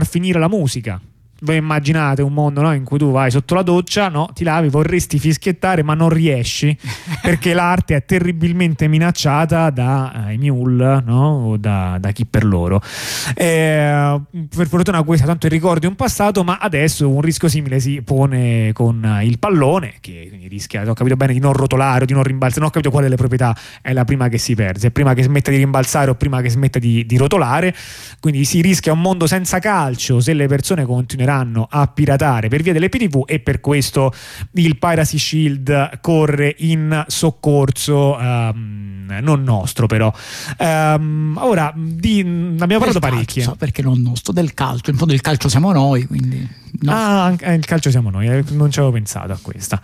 finire la musica. Voi immaginate un mondo, no, in cui tu vai sotto la doccia, no, ti lavi, vorresti fischiettare ma non riesci perché l'arte è terribilmente minacciata dai mule, no, o da chi per loro. Per fortuna questo tanto il ricordo di un passato, ma adesso un rischio simile si pone con il pallone, che rischia, ho capito bene, di non rotolare o di non rimbalzare, non ho capito quale delle proprietà è la prima che si perde, se prima che smetta di rimbalzare o prima che smetta di rotolare. Quindi si rischia un mondo senza calcio se le persone continueranno a piratare per via delle PTV, e per questo il Piracy Shield corre in soccorso, non nostro però. Ora abbiamo parlato parecchio. So perché non nostro, del calcio, in fondo il calcio siamo noi, quindi no. Il calcio siamo noi, non ci avevo pensato a questa.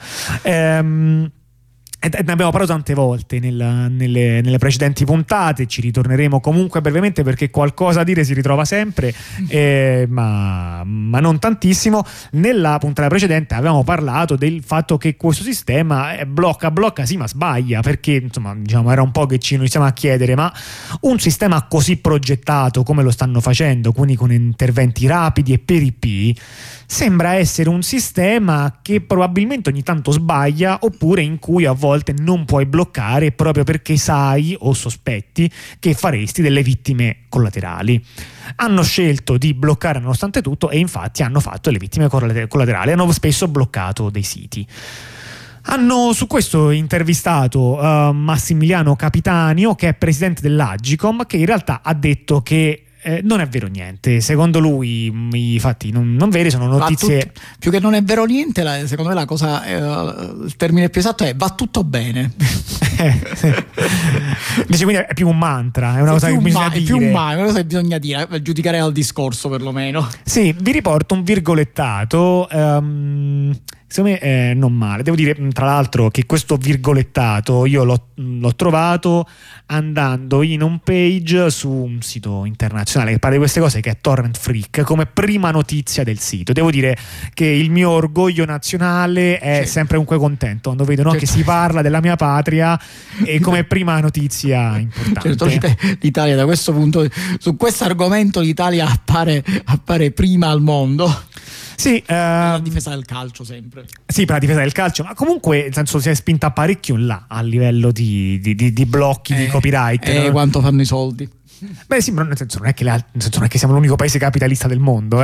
Ne abbiamo parlato tante volte nelle precedenti puntate, ci ritorneremo comunque brevemente perché qualcosa a dire si ritrova sempre, ma non tantissimo. Nella puntata precedente avevamo parlato del fatto che questo sistema blocca sì, ma sbaglia, perché insomma, diciamo, era un po' che ci iniziamo a chiedere, ma un sistema così progettato come lo stanno facendo, quindi con interventi rapidi e per IP, sembra essere un sistema che probabilmente ogni tanto sbaglia, oppure in cui a volte non puoi bloccare proprio perché sai o sospetti che faresti delle vittime collaterali. Hanno scelto di bloccare nonostante tutto, e infatti hanno fatto le vittime collaterali, hanno spesso bloccato dei siti. Hanno su questo intervistato Massimiliano Capitanio, che è presidente dell'Agcom, che in realtà ha detto che non è vero niente. Secondo lui i fatti non veri sono notizie. Più che non è vero niente, secondo me la cosa, il termine più esatto è va tutto bene. Dice, quindi è più un mantra, è una cosa che bisogna dire. È più una cosa che bisogna dire, per giudicare al discorso perlomeno. Sì, vi riporto un virgolettato. Secondo me non male. Devo dire tra l'altro che questo virgolettato io l'ho trovato andando in home page su un sito internazionale che parla di queste cose, che è Torrent Freak, come prima notizia del sito. Devo dire che il mio orgoglio nazionale è sempre comunque contento quando vedo, no, che si parla della mia patria e come prima notizia importante. L'Italia da questo punto, su questo argomento l'Italia appare prima al mondo. Sì, la difesa del calcio sempre. Sì, per la difesa del calcio, ma comunque nel senso si è spinta parecchio in là a livello di blocchi di copyright. No? Quanto fanno i soldi? Beh sì, ma non è che siamo l'unico paese capitalista del mondo,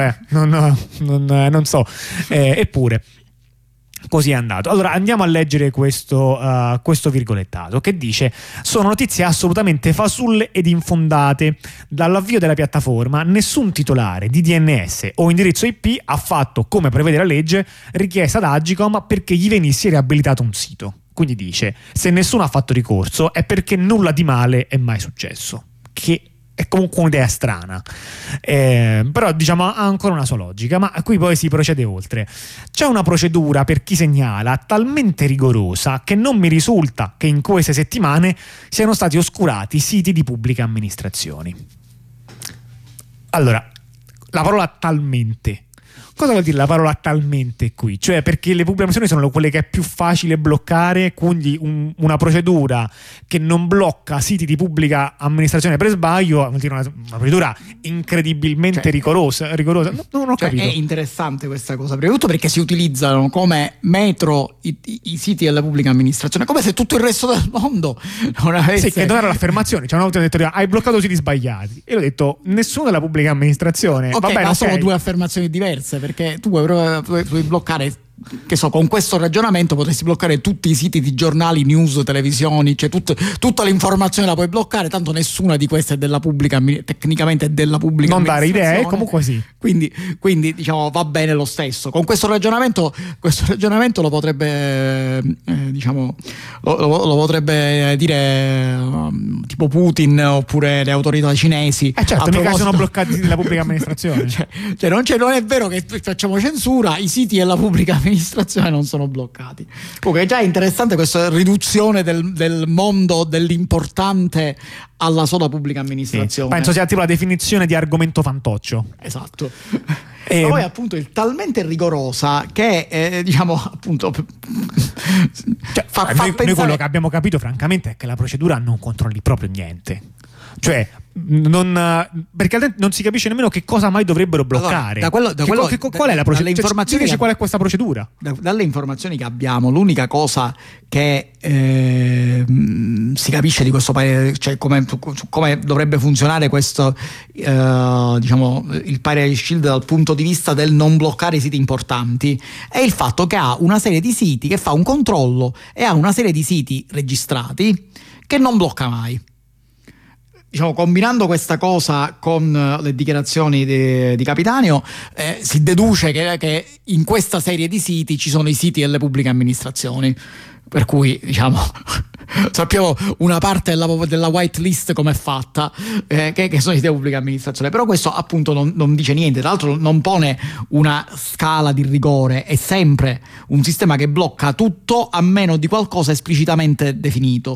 non so, eppure così è andato. Allora andiamo a leggere questo virgolettato che dice: sono notizie assolutamente fasulle ed infondate. Dall'avvio della piattaforma nessun titolare di DNS o indirizzo IP ha fatto, come prevede la legge, richiesta ad Agcom perché gli venisse riabilitato un sito. Quindi dice: se nessuno ha fatto ricorso è perché nulla di male è mai successo, che è comunque un'idea strana, però diciamo ha ancora una sua logica. Ma qui poi si procede oltre. C'è una procedura per chi segnala talmente rigorosa che non mi risulta che in queste settimane siano stati oscurati siti di pubbliche amministrazioni. Allora, la parola talmente, cosa vuol dire la parola talmente qui? Cioè, perché le pubbliche amministrazioni sono quelle che è più facile bloccare, quindi una procedura che non blocca siti di pubblica amministrazione per sbaglio vuol dire una procedura incredibilmente rigorosa. Non ho capito. È interessante questa cosa, prima di tutto perché si utilizzano come metro i siti della pubblica amministrazione, come se tutto il resto del mondo non avesse. Sì, che non era l'affermazione. Cioè, una volta ho detto: hai bloccato siti sbagliati, e io ho detto: nessuno della pubblica amministrazione. Ok, va bene, ma sono due affermazione diverse, perché tu puoi bloccare, che so, con questo ragionamento potresti bloccare tutti i siti di giornali, news, televisioni, cioè tutta l'informazione la puoi bloccare, tanto nessuna di queste è della pubblica, tecnicamente è della pubblica non dare amministrazione. idee, comunque sì. Quindi diciamo va bene lo stesso. Con questo ragionamento lo potrebbe lo potrebbe dire tipo Putin oppure le autorità cinesi. Certo, mica sono bloccati nella pubblica amministrazione. cioè non è vero che facciamo censura, i siti della pubblica amministrazione non sono bloccati. Comunque è già interessante questa riduzione del mondo dell'importante alla sola pubblica amministrazione. Penso sia tipo la definizione di argomento fantoccio. Esatto. E poi appunto il talmente rigorosa che diciamo appunto noi quello che abbiamo capito francamente è che la procedura non controlli proprio niente. Cioè perché altrimenti non si capisce nemmeno che cosa mai dovrebbero bloccare. Allora, qual è la procedura? Cioè, qual è questa procedura? Dalle informazioni che abbiamo, l'unica cosa che si capisce di questo paese, cioè come dovrebbe funzionare questo, diciamo, il Pirate Shield dal punto di vista del non bloccare i siti importanti, è il fatto che ha una serie di siti, che fa un controllo e ha una serie di siti registrati che non blocca mai. Diciamo, combinando questa cosa con le dichiarazioni di Capitanio, si deduce che in questa serie di siti ci sono i siti delle pubbliche amministrazioni, per cui, diciamo, sappiamo una parte della whitelist come è fatta, che sono i siti della pubblica amministrazione. Però questo appunto non dice niente, tra l'altro non pone una scala di rigore, è sempre un sistema che blocca tutto a meno di qualcosa esplicitamente definito.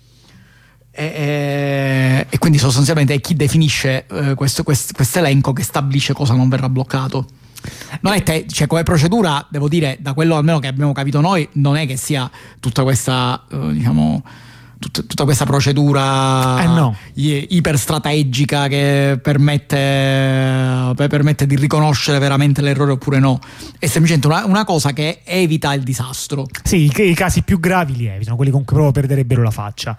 E quindi sostanzialmente è chi definisce questo elenco che stabilisce cosa non verrà bloccato. Non è cioè, come procedura, devo dire, da quello almeno che abbiamo capito noi, non è che sia tutta questa diciamo tutta questa procedura iperstrategica che permette di riconoscere veramente l'errore oppure no. È semplicemente una cosa che evita il disastro. Sì, i casi più gravi li evitano, quelli con cui proprio perderebbero la faccia.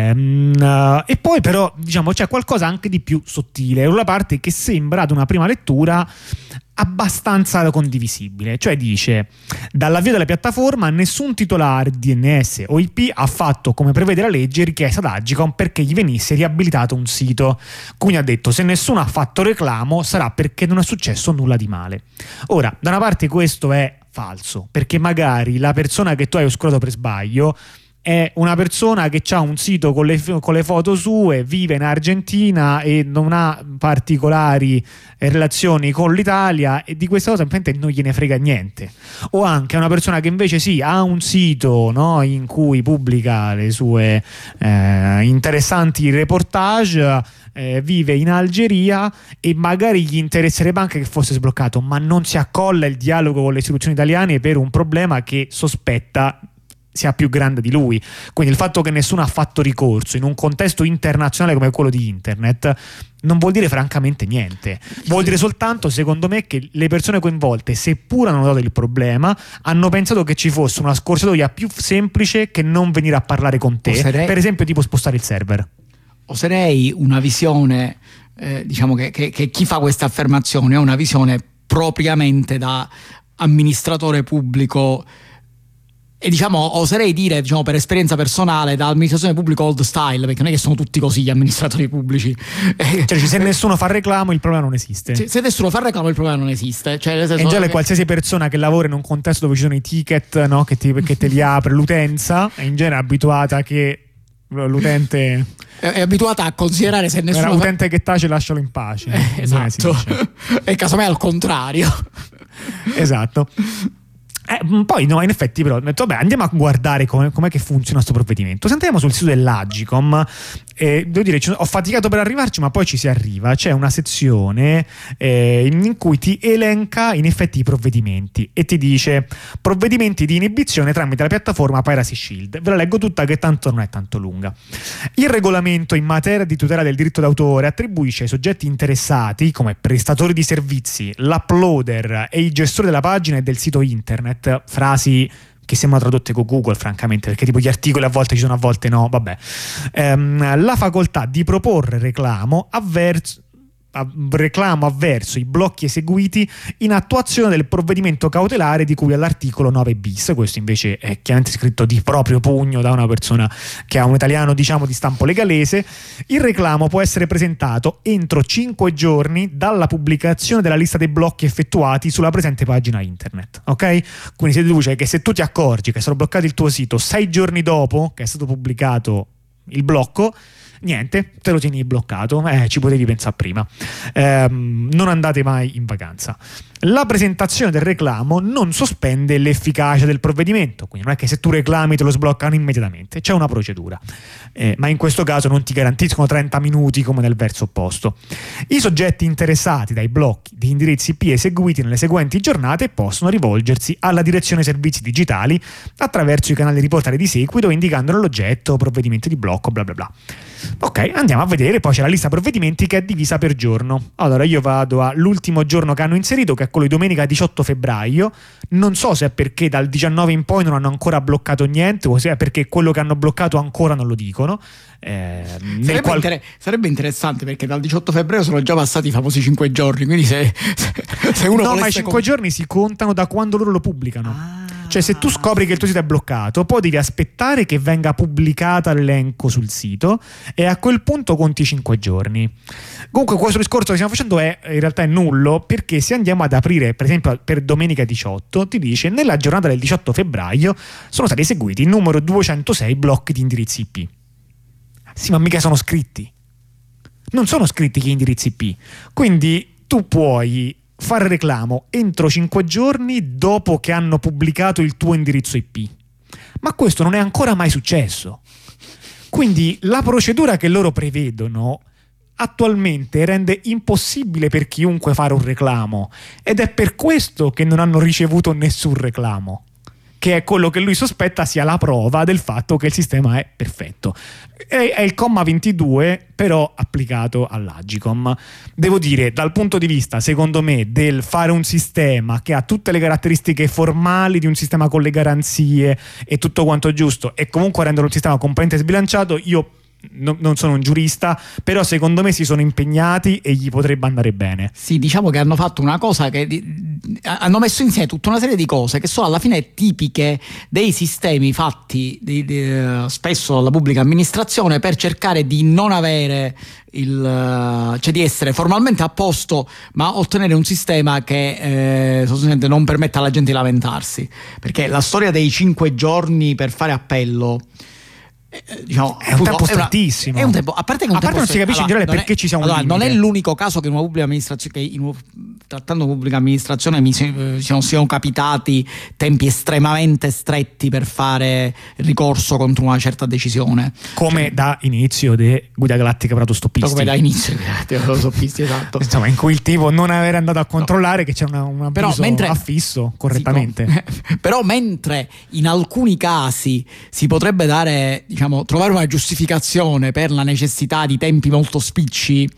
E poi però, diciamo, c'è qualcosa anche di più sottile, una parte che sembra ad una prima lettura abbastanza condivisibile, cioè dice: dall'avvio della piattaforma nessun titolare di DNS o IP ha fatto, come prevede la legge, richiesta ad Agicom perché gli venisse riabilitato un sito. Quindi ha detto: se nessuno ha fatto reclamo sarà perché non è successo nulla di male. Ora, da una parte questo è falso, perché magari la persona che tu hai oscurato per sbaglio è una persona che ha un sito con le foto sue, vive in Argentina e non ha particolari relazioni con l'Italia, e di questa cosa non gliene frega niente. O anche una persona che invece sì, ha un sito, no, in cui pubblica le sue interessanti reportage, vive in Algeria e magari gli interesserebbe anche che fosse sbloccato, ma non si accolla il dialogo con le istituzioni italiane per un problema che sospetta sia più grande di lui. Quindi il fatto che nessuno ha fatto ricorso in un contesto internazionale come quello di internet non vuol dire francamente niente. Vuol dire soltanto, secondo me, che le persone coinvolte, seppur hanno notato il problema, hanno pensato che ci fosse una scorciatoia più semplice che non venire a parlare con te, per esempio tipo spostare il server. Oserei una visione, diciamo che chi fa questa affermazione ha una visione propriamente da amministratore pubblico. E diciamo, oserei dire, diciamo, per esperienza personale, da amministrazione pubblica old style, perché non è che sono tutti così gli amministratori pubblici. Cioè, se nessuno fa reclamo, il problema non esiste. Se nessuno fa reclamo, il problema non esiste. Cioè, in genere qualsiasi persona che lavora in un contesto dove ci sono i ticket, no, che te li apre l'utenza, è in genere abituata che l'utente è abituata a considerare, se nessuno l'utente che tace lascialo in pace. Esatto. E casomai al contrario. Esatto. Poi no, in effetti però ho detto, vabbè, andiamo a guardare com'è che funziona questo provvedimento. Se andiamo sul sito dell'Agicom, devo dire, ho faticato per arrivarci, ma poi ci si arriva. C'è una sezione in cui ti elenca in effetti i provvedimenti e ti dice: provvedimenti di inibizione tramite la piattaforma Piracy Shield. Ve la leggo tutta, che tanto non è tanto lunga. Il regolamento in materia di tutela del diritto d'autore attribuisce ai soggetti interessati, come prestatori di servizi, l'uploader e i gestori della pagina e del sito internet, frasi che sembrano tradotte con Google, francamente, perché tipo gli articoli a volte ci sono, a volte no, vabbè, la facoltà di proporre reclamo avverso i blocchi eseguiti in attuazione del provvedimento cautelare di cui all'articolo 9 bis. Questo invece è chiaramente scritto di proprio pugno da una persona che ha un italiano, diciamo, di stampo legalese. Il reclamo può essere presentato entro 5 giorni dalla pubblicazione della lista dei blocchi effettuati sulla presente pagina internet, ok? Quindi si deduce che se tu ti accorgi che è stato bloccato il tuo sito 6 giorni dopo che è stato pubblicato il blocco, niente, te lo tieni bloccato, ci potevi pensare prima. Non andate mai in vacanza. La presentazione del reclamo non sospende l'efficacia del provvedimento, quindi non è che se tu reclami te lo sbloccano immediatamente, c'è una procedura, ma in questo caso non ti garantiscono 30 minuti come nel verso opposto. I soggetti interessati dai blocchi di indirizzi IP eseguiti nelle seguenti giornate possono rivolgersi alla direzione servizi digitali attraverso i canali di portale di seguito, indicando nell'oggetto provvedimento di blocco, bla bla bla. Ok, andiamo a vedere, poi c'è la lista provvedimenti che è divisa per giorno. Allora io vado all'ultimo giorno che hanno inserito, che è quello di domenica 18 febbraio. Non so se è perché dal 19 in poi non hanno ancora bloccato niente, o se è perché quello che hanno bloccato ancora non lo dicono. Sarebbe interessante, perché dal 18 febbraio sono già passati i famosi 5 giorni, quindi se uno no, ma i 5 giorni si contano da quando loro lo pubblicano. Cioè, se tu scopri che il tuo sito è bloccato, poi devi aspettare che venga pubblicata l'elenco sul sito, e a quel punto conti 5 giorni. Comunque questo discorso che stiamo facendo in realtà è nullo, perché se andiamo ad aprire, per esempio per domenica 18, ti dice: nella giornata del 18 febbraio sono stati eseguiti il numero 206 blocchi di indirizzi IP. Sì, ma mica sono scritti. Non sono scritti che indirizzi IP. Quindi tu puoi fare reclamo entro 5 giorni dopo che hanno pubblicato il tuo indirizzo IP. Ma questo non è ancora mai successo. Quindi la procedura che loro prevedono attualmente rende impossibile per chiunque fare un reclamo, ed è per questo che non hanno ricevuto nessun reclamo, che è quello che lui sospetta sia la prova del fatto che il sistema è perfetto. È il comma 22 però applicato all'Agicom. Devo dire, dal punto di vista, secondo me, del fare un sistema che ha tutte le caratteristiche formali di un sistema con le garanzie e tutto quanto giusto, e comunque rendere un sistema completamente sbilanciato, io non sono un giurista, però secondo me si sono impegnati e gli potrebbe andare bene. Sì, diciamo che hanno fatto una cosa che hanno messo insieme tutta una serie di cose che sono alla fine tipiche dei sistemi fatti spesso dalla pubblica amministrazione per cercare di non avere cioè di essere formalmente a posto, ma ottenere un sistema che sostanzialmente non permetta alla gente di lamentarsi, perché la storia dei 5 giorni per fare appello, diciamo, è un tempo strettissimo. È un tempo, a parte che non si capisce in generale perché ci sia un limite. Non è l'unico caso che in una pubblica amministrazione, trattando pubblica amministrazione, siano capitati tempi estremamente stretti per fare ricorso contro una certa decisione, come da inizio di Guida Galattica per autostoppisti. Come da inizio di autostoppisti, esatto. Insomma, in cui il tipo non avere andato a controllare che c'è un avviso affisso correttamente. Sì, però mentre in alcuni casi si potrebbe dare, diciamo, trovare una giustificazione per la necessità di tempi molto spicci,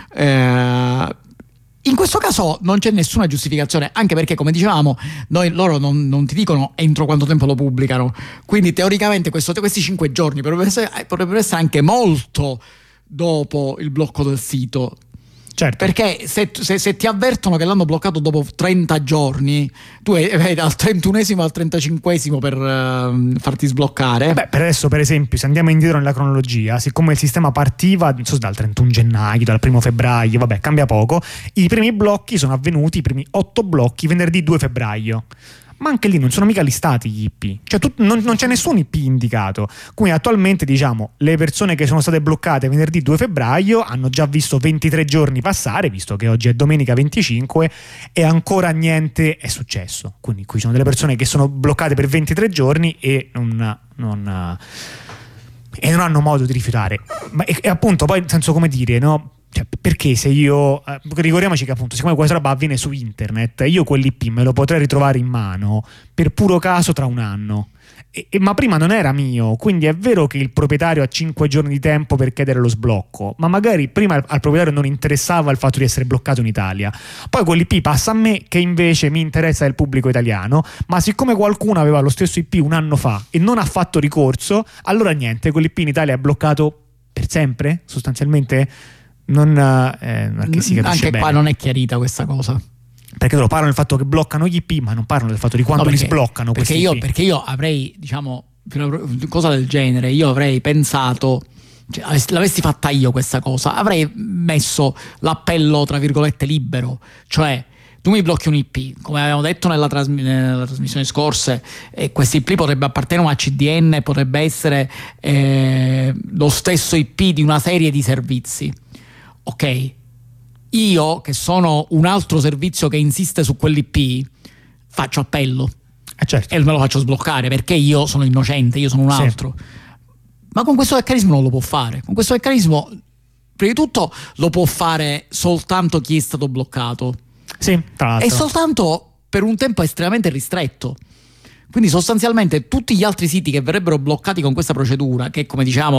in questo caso non c'è nessuna giustificazione, anche perché, come dicevamo, loro non ti dicono entro quanto tempo lo pubblicano, quindi teoricamente questi 5 giorni potrebbero essere anche molto dopo il blocco del sito. Certo. Perché se ti avvertono che l'hanno bloccato dopo 30 giorni, tu vai dal 31esimo al 35esimo per farti sbloccare. Beh, per adesso, per esempio, se andiamo indietro nella cronologia, siccome il sistema partiva, non so, dal 31 gennaio, dal 1 febbraio, vabbè, cambia poco, i primi blocchi sono avvenuti, i primi 8 blocchi, venerdì 2 febbraio. Ma anche lì non sono mica listati gli IP, cioè non c'è nessun IP indicato. Quindi attualmente, diciamo, le persone che sono state bloccate venerdì 2 febbraio hanno già visto 23 giorni passare, visto che oggi è domenica 25, e ancora niente è successo. Quindi qui ci sono delle persone che sono bloccate per 23 giorni e non hanno modo di rifiutare. E appunto, poi, nel senso, come dire, no? Cioè, perché se io ricordiamoci che, appunto, siccome questa roba avviene su internet, io quell'IP me lo potrei ritrovare in mano per puro caso tra un anno, ma prima non era mio. Quindi è vero che il proprietario ha 5 giorni di tempo per chiedere lo sblocco, ma magari prima al proprietario non interessava il fatto di essere bloccato in Italia, poi quell'IP passa a me che invece mi interessa il pubblico italiano, ma siccome qualcuno aveva lo stesso IP un anno fa e non ha fatto ricorso, allora niente, quell'IP in Italia è bloccato per sempre, sostanzialmente. Che si capisce anche bene. Qua non è chiarita questa cosa, perché loro parlano del fatto che bloccano gli IP, ma non parlano del fatto di quanto li sbloccano questi IP. Perché io avrei, diciamo, una cosa del genere, io avrei pensato, cioè, l'avessi fatta io questa cosa, avrei messo l'appello tra virgolette libero, cioè tu mi blocchi un IP, come avevamo detto nella trasmissione scorse, questo IP potrebbe appartenere a una CDN, potrebbe essere lo stesso IP di una serie di servizi. Ok, io che sono un altro servizio che insiste su quell'IP faccio appello, certo. E me lo faccio sbloccare perché io sono innocente, io sono un altro. Ma con questo meccanismo non lo può fare. Con questo meccanismo, prima di tutto, lo può fare soltanto chi è stato bloccato. Sì, tra l'altro. E soltanto per un tempo estremamente ristretto. Quindi sostanzialmente tutti gli altri siti che verrebbero bloccati con questa procedura, che, come diciamo,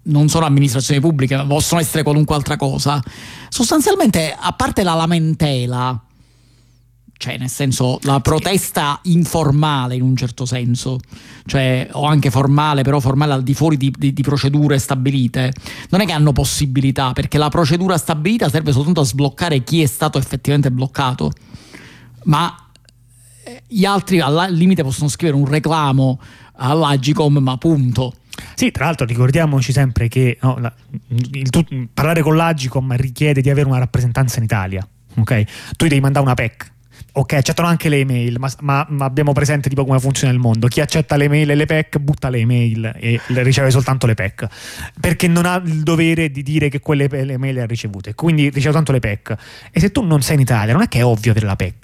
non sono amministrazioni pubbliche, ma possono essere qualunque altra cosa, sostanzialmente, a parte la lamentela, cioè nel senso la protesta informale in un certo senso, cioè, o anche formale, però formale al di fuori di procedure stabilite, non è che hanno possibilità, perché la procedura stabilita serve soltanto a sbloccare chi è stato effettivamente bloccato, ma gli altri al limite possono scrivere un reclamo all'Agcom, ma punto. Sì, tra l'altro ricordiamoci sempre che parlare con l'Agcom richiede di avere una rappresentanza in Italia, ok? Tu devi mandare una PEC. Ok, accettano anche le email, ma abbiamo presente tipo come funziona il mondo. Chi accetta le email e le PEC butta le email e riceve soltanto le PEC, perché non ha il dovere di dire che quelle le email le ha ricevute, quindi riceve soltanto le PEC. E se tu non sei in Italia, non è che è ovvio avere la PEC.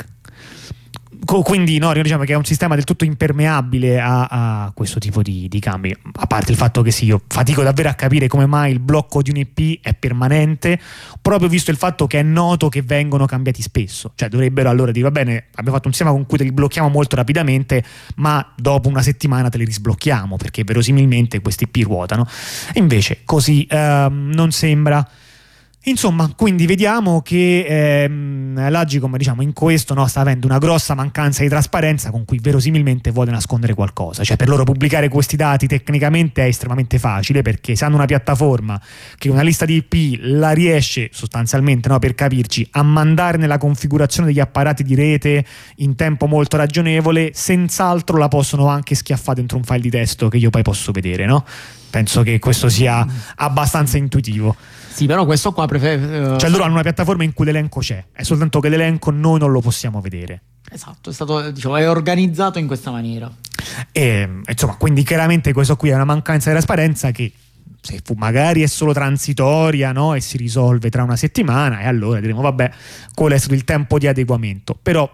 Quindi no, diciamo che è un sistema del tutto impermeabile a questo tipo di cambi, a parte il fatto che sì, io fatico davvero a capire come mai il blocco di un EP è permanente, proprio visto il fatto che è noto che vengono cambiati spesso, cioè dovrebbero allora dire va bene, abbiamo fatto un sistema con cui te li blocchiamo molto rapidamente, ma dopo una settimana te li risblocchiamo, perché verosimilmente questi EP ruotano. E invece così non sembra. Insomma, quindi vediamo che l'Agcom, diciamo, in questo sta avendo una grossa mancanza di trasparenza con cui verosimilmente vuole nascondere qualcosa. Cioè, per loro pubblicare questi dati tecnicamente è estremamente facile, perché se hanno una piattaforma che una lista di IP la riesce sostanzialmente, per capirci, a mandare nella configurazione degli apparati di rete in tempo molto ragionevole, senz'altro la possono anche schiaffare dentro un file di testo che io poi posso vedere, no? Penso che questo sia abbastanza intuitivo. Sì, però questo qua cioè loro hanno una piattaforma in cui l'elenco c'è, è soltanto che l'elenco noi non lo possiamo vedere. Esatto, è stato, è organizzato in questa maniera. E insomma, quindi chiaramente questo qui è una mancanza di trasparenza che se magari è solo transitoria, e si risolve tra una settimana, e allora diremo vabbè, qual è stato il tempo di adeguamento. Però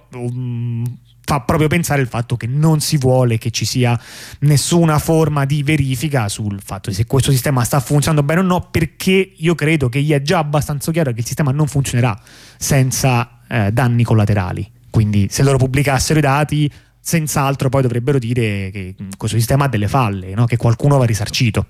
fa proprio pensare il fatto che non si vuole che ci sia nessuna forma di verifica sul fatto di se questo sistema sta funzionando bene o no, perché io credo che gli è già abbastanza chiaro che il sistema non funzionerà senza danni collaterali. Quindi se loro pubblicassero i dati, senz'altro poi dovrebbero dire che questo sistema ha delle falle, che qualcuno va risarcito.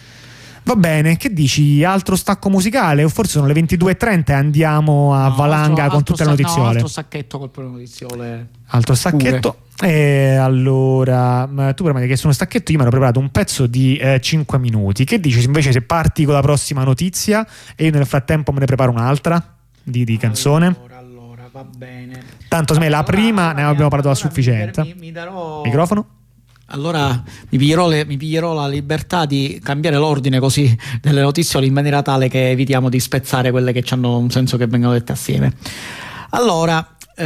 Va bene, che dici? Altro stacco musicale? O forse sono le 22:30 e andiamo a valanga con tutte le notiziole? No, altro sacchetto col notiziole. Altro sacchetto. E allora, tu prima di che sono stacchetto, io mi ero preparato un pezzo di 5 minuti. Che dici invece se parti con la prossima notizia e io nel frattempo me ne preparo un'altra di canzone? Allora, va bene. Tanto la prima ne abbiamo parlato a sufficienza. Mi darò... Microfono? Allora mi piglierò la libertà di cambiare l'ordine così delle notiziole, in maniera tale che evitiamo di spezzare quelle che hanno un senso che vengono dette assieme. Allora,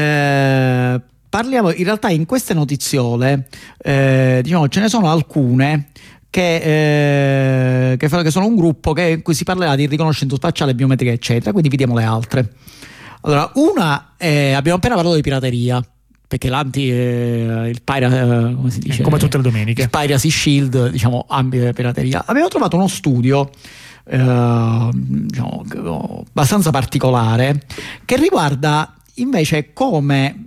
parliamo in realtà in queste notiziole, diciamo, ce ne sono alcune che sono un gruppo in cui si parlerà di riconoscimento facciale, biometrica, eccetera. Quindi vediamo le altre. Allora, una abbiamo appena parlato di pirateria, perché il come si dice? Come tutte le domeniche. Il Piracy Shield, diciamo, ambito pirateria. Abbiamo trovato uno studio diciamo, abbastanza particolare che riguarda invece come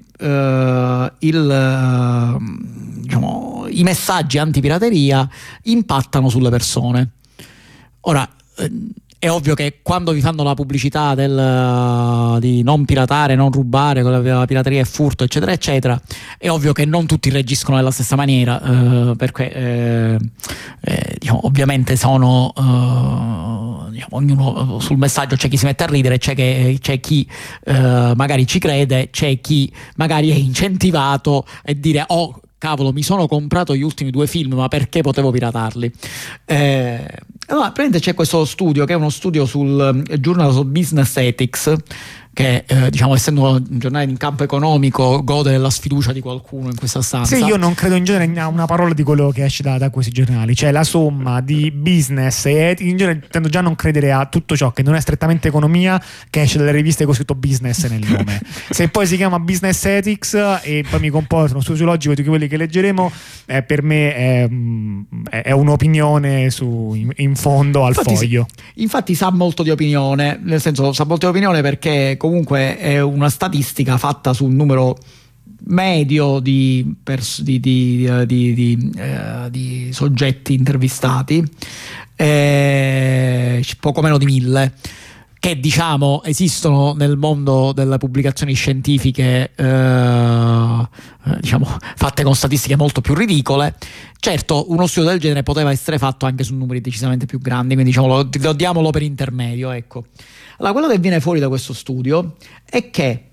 diciamo, i messaggi antipirateria impattano sulle persone. Ora, è ovvio che quando vi fanno la pubblicità di non piratare, non rubare, la pirateria è furto, eccetera, eccetera, è ovvio che non tutti reagiscono nella stessa maniera, perché diciamo, ovviamente sono diciamo, ognuno sul messaggio c'è chi si mette a ridere, c'è chi magari ci crede, c'è chi magari è incentivato a dire oh cavolo, mi sono comprato gli ultimi 2 film, ma perché potevo piratarli? Allora, praticamente c'è questo studio che è uno studio sul Journal of Business Ethics, che diciamo, essendo un giornale in campo economico, gode della sfiducia di qualcuno in questa stanza. Sì, io non credo in genere a una parola di quello che esce da questi giornali, cioè la somma di business e etica. In genere tendo già a non credere a tutto ciò che non è strettamente economia, che esce dalle riviste con scritto business nel nome. Se poi si chiama business ethics e poi mi comporta uno studio logico di quelli che leggeremo, per me è un'opinione in fondo al foglio. Infatti sa molto di opinione, nel senso sa molto di opinione perché comunque è una statistica fatta sul numero medio di soggetti intervistati, poco meno di 1000, che diciamo esistono nel mondo delle pubblicazioni scientifiche, diciamo fatte con statistiche molto più ridicole. Certo, uno studio del genere poteva essere fatto anche su numeri decisamente più grandi, quindi diciamo diamolo per intermedio, ecco. Allora, quello che viene fuori da questo studio è che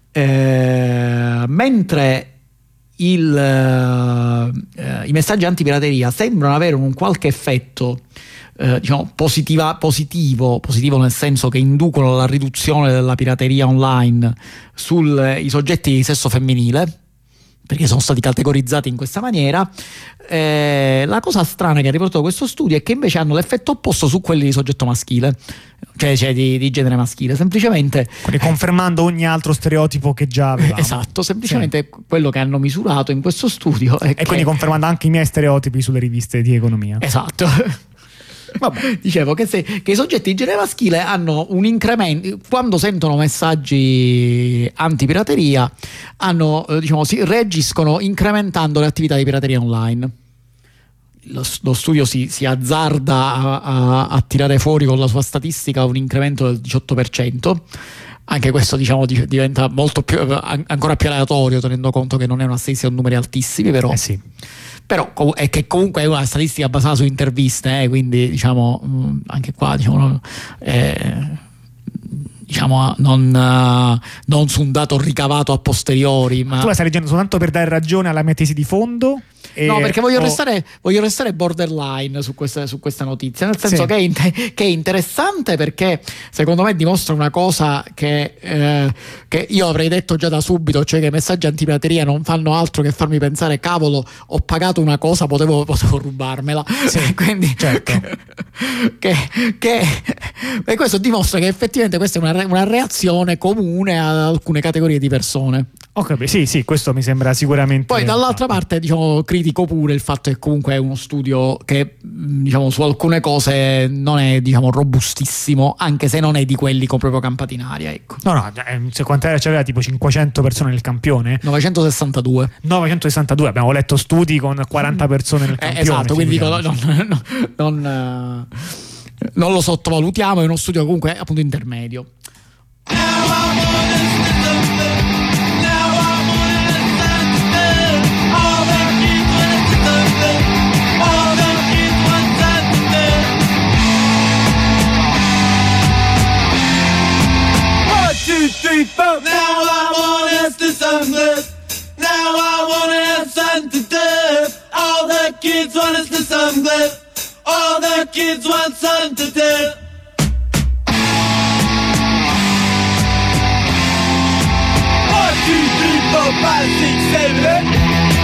mentre i messaggi antipirateria sembrano avere un qualche effetto diciamo positivo nel senso che inducono alla riduzione della pirateria online sui soggetti di sesso femminile, perché sono stati categorizzati in questa maniera. La cosa strana che ha riportato questo studio è che invece hanno l'effetto opposto su quelli di soggetto maschile, cioè di genere maschile, semplicemente confermando ogni altro stereotipo che già avevamo. Esatto, semplicemente quello che hanno misurato in questo studio e quindi confermando anche i miei stereotipi sulle riviste di economia. Esatto. Vabbè. Dicevo che i soggetti di genere maschile hanno un incremento quando sentono messaggi antipirateria, si reagiscono incrementando le attività di pirateria online. Lo studio si azzarda a tirare fuori con la sua statistica un incremento del 18%. Anche questo diventa molto più, ancora più aleatorio, tenendo conto che non è una statistica con numeri altissimi, però sì. Però è che comunque è una statistica basata su interviste, quindi anche qua non su un dato ricavato a posteriori. Ma tu la stai leggendo soltanto per dare ragione alla mia tesi di fondo? No, perché voglio restare borderline su questa notizia, nel senso che è interessante, perché secondo me dimostra una cosa che io avrei detto già da subito, cioè che i messaggi antipirateria non fanno altro che farmi pensare: cavolo, ho pagato una cosa, potevo rubarmela. Sì, quindi certo. E questo dimostra che effettivamente questa è una reazione comune ad alcune categorie di persone. Okay, sì, questo mi sembra sicuramente. Poi dall'altra parte critico pure il fatto che comunque è uno studio che su alcune cose non è robustissimo, anche se non è di quelli con proprio campata in aria, ecco. No, se quant'era, c'aveva tipo 500 persone nel campione? 962, abbiamo letto studi con 40 persone nel campione. Esatto, quindi non lo sottovalutiamo, è uno studio comunque appunto intermedio. Now I wanna do something. Now I wanna have something to do. All the kids want us to something. All the kids want something to do. 1, 2, 3, 4, 5, 6, 7, 8.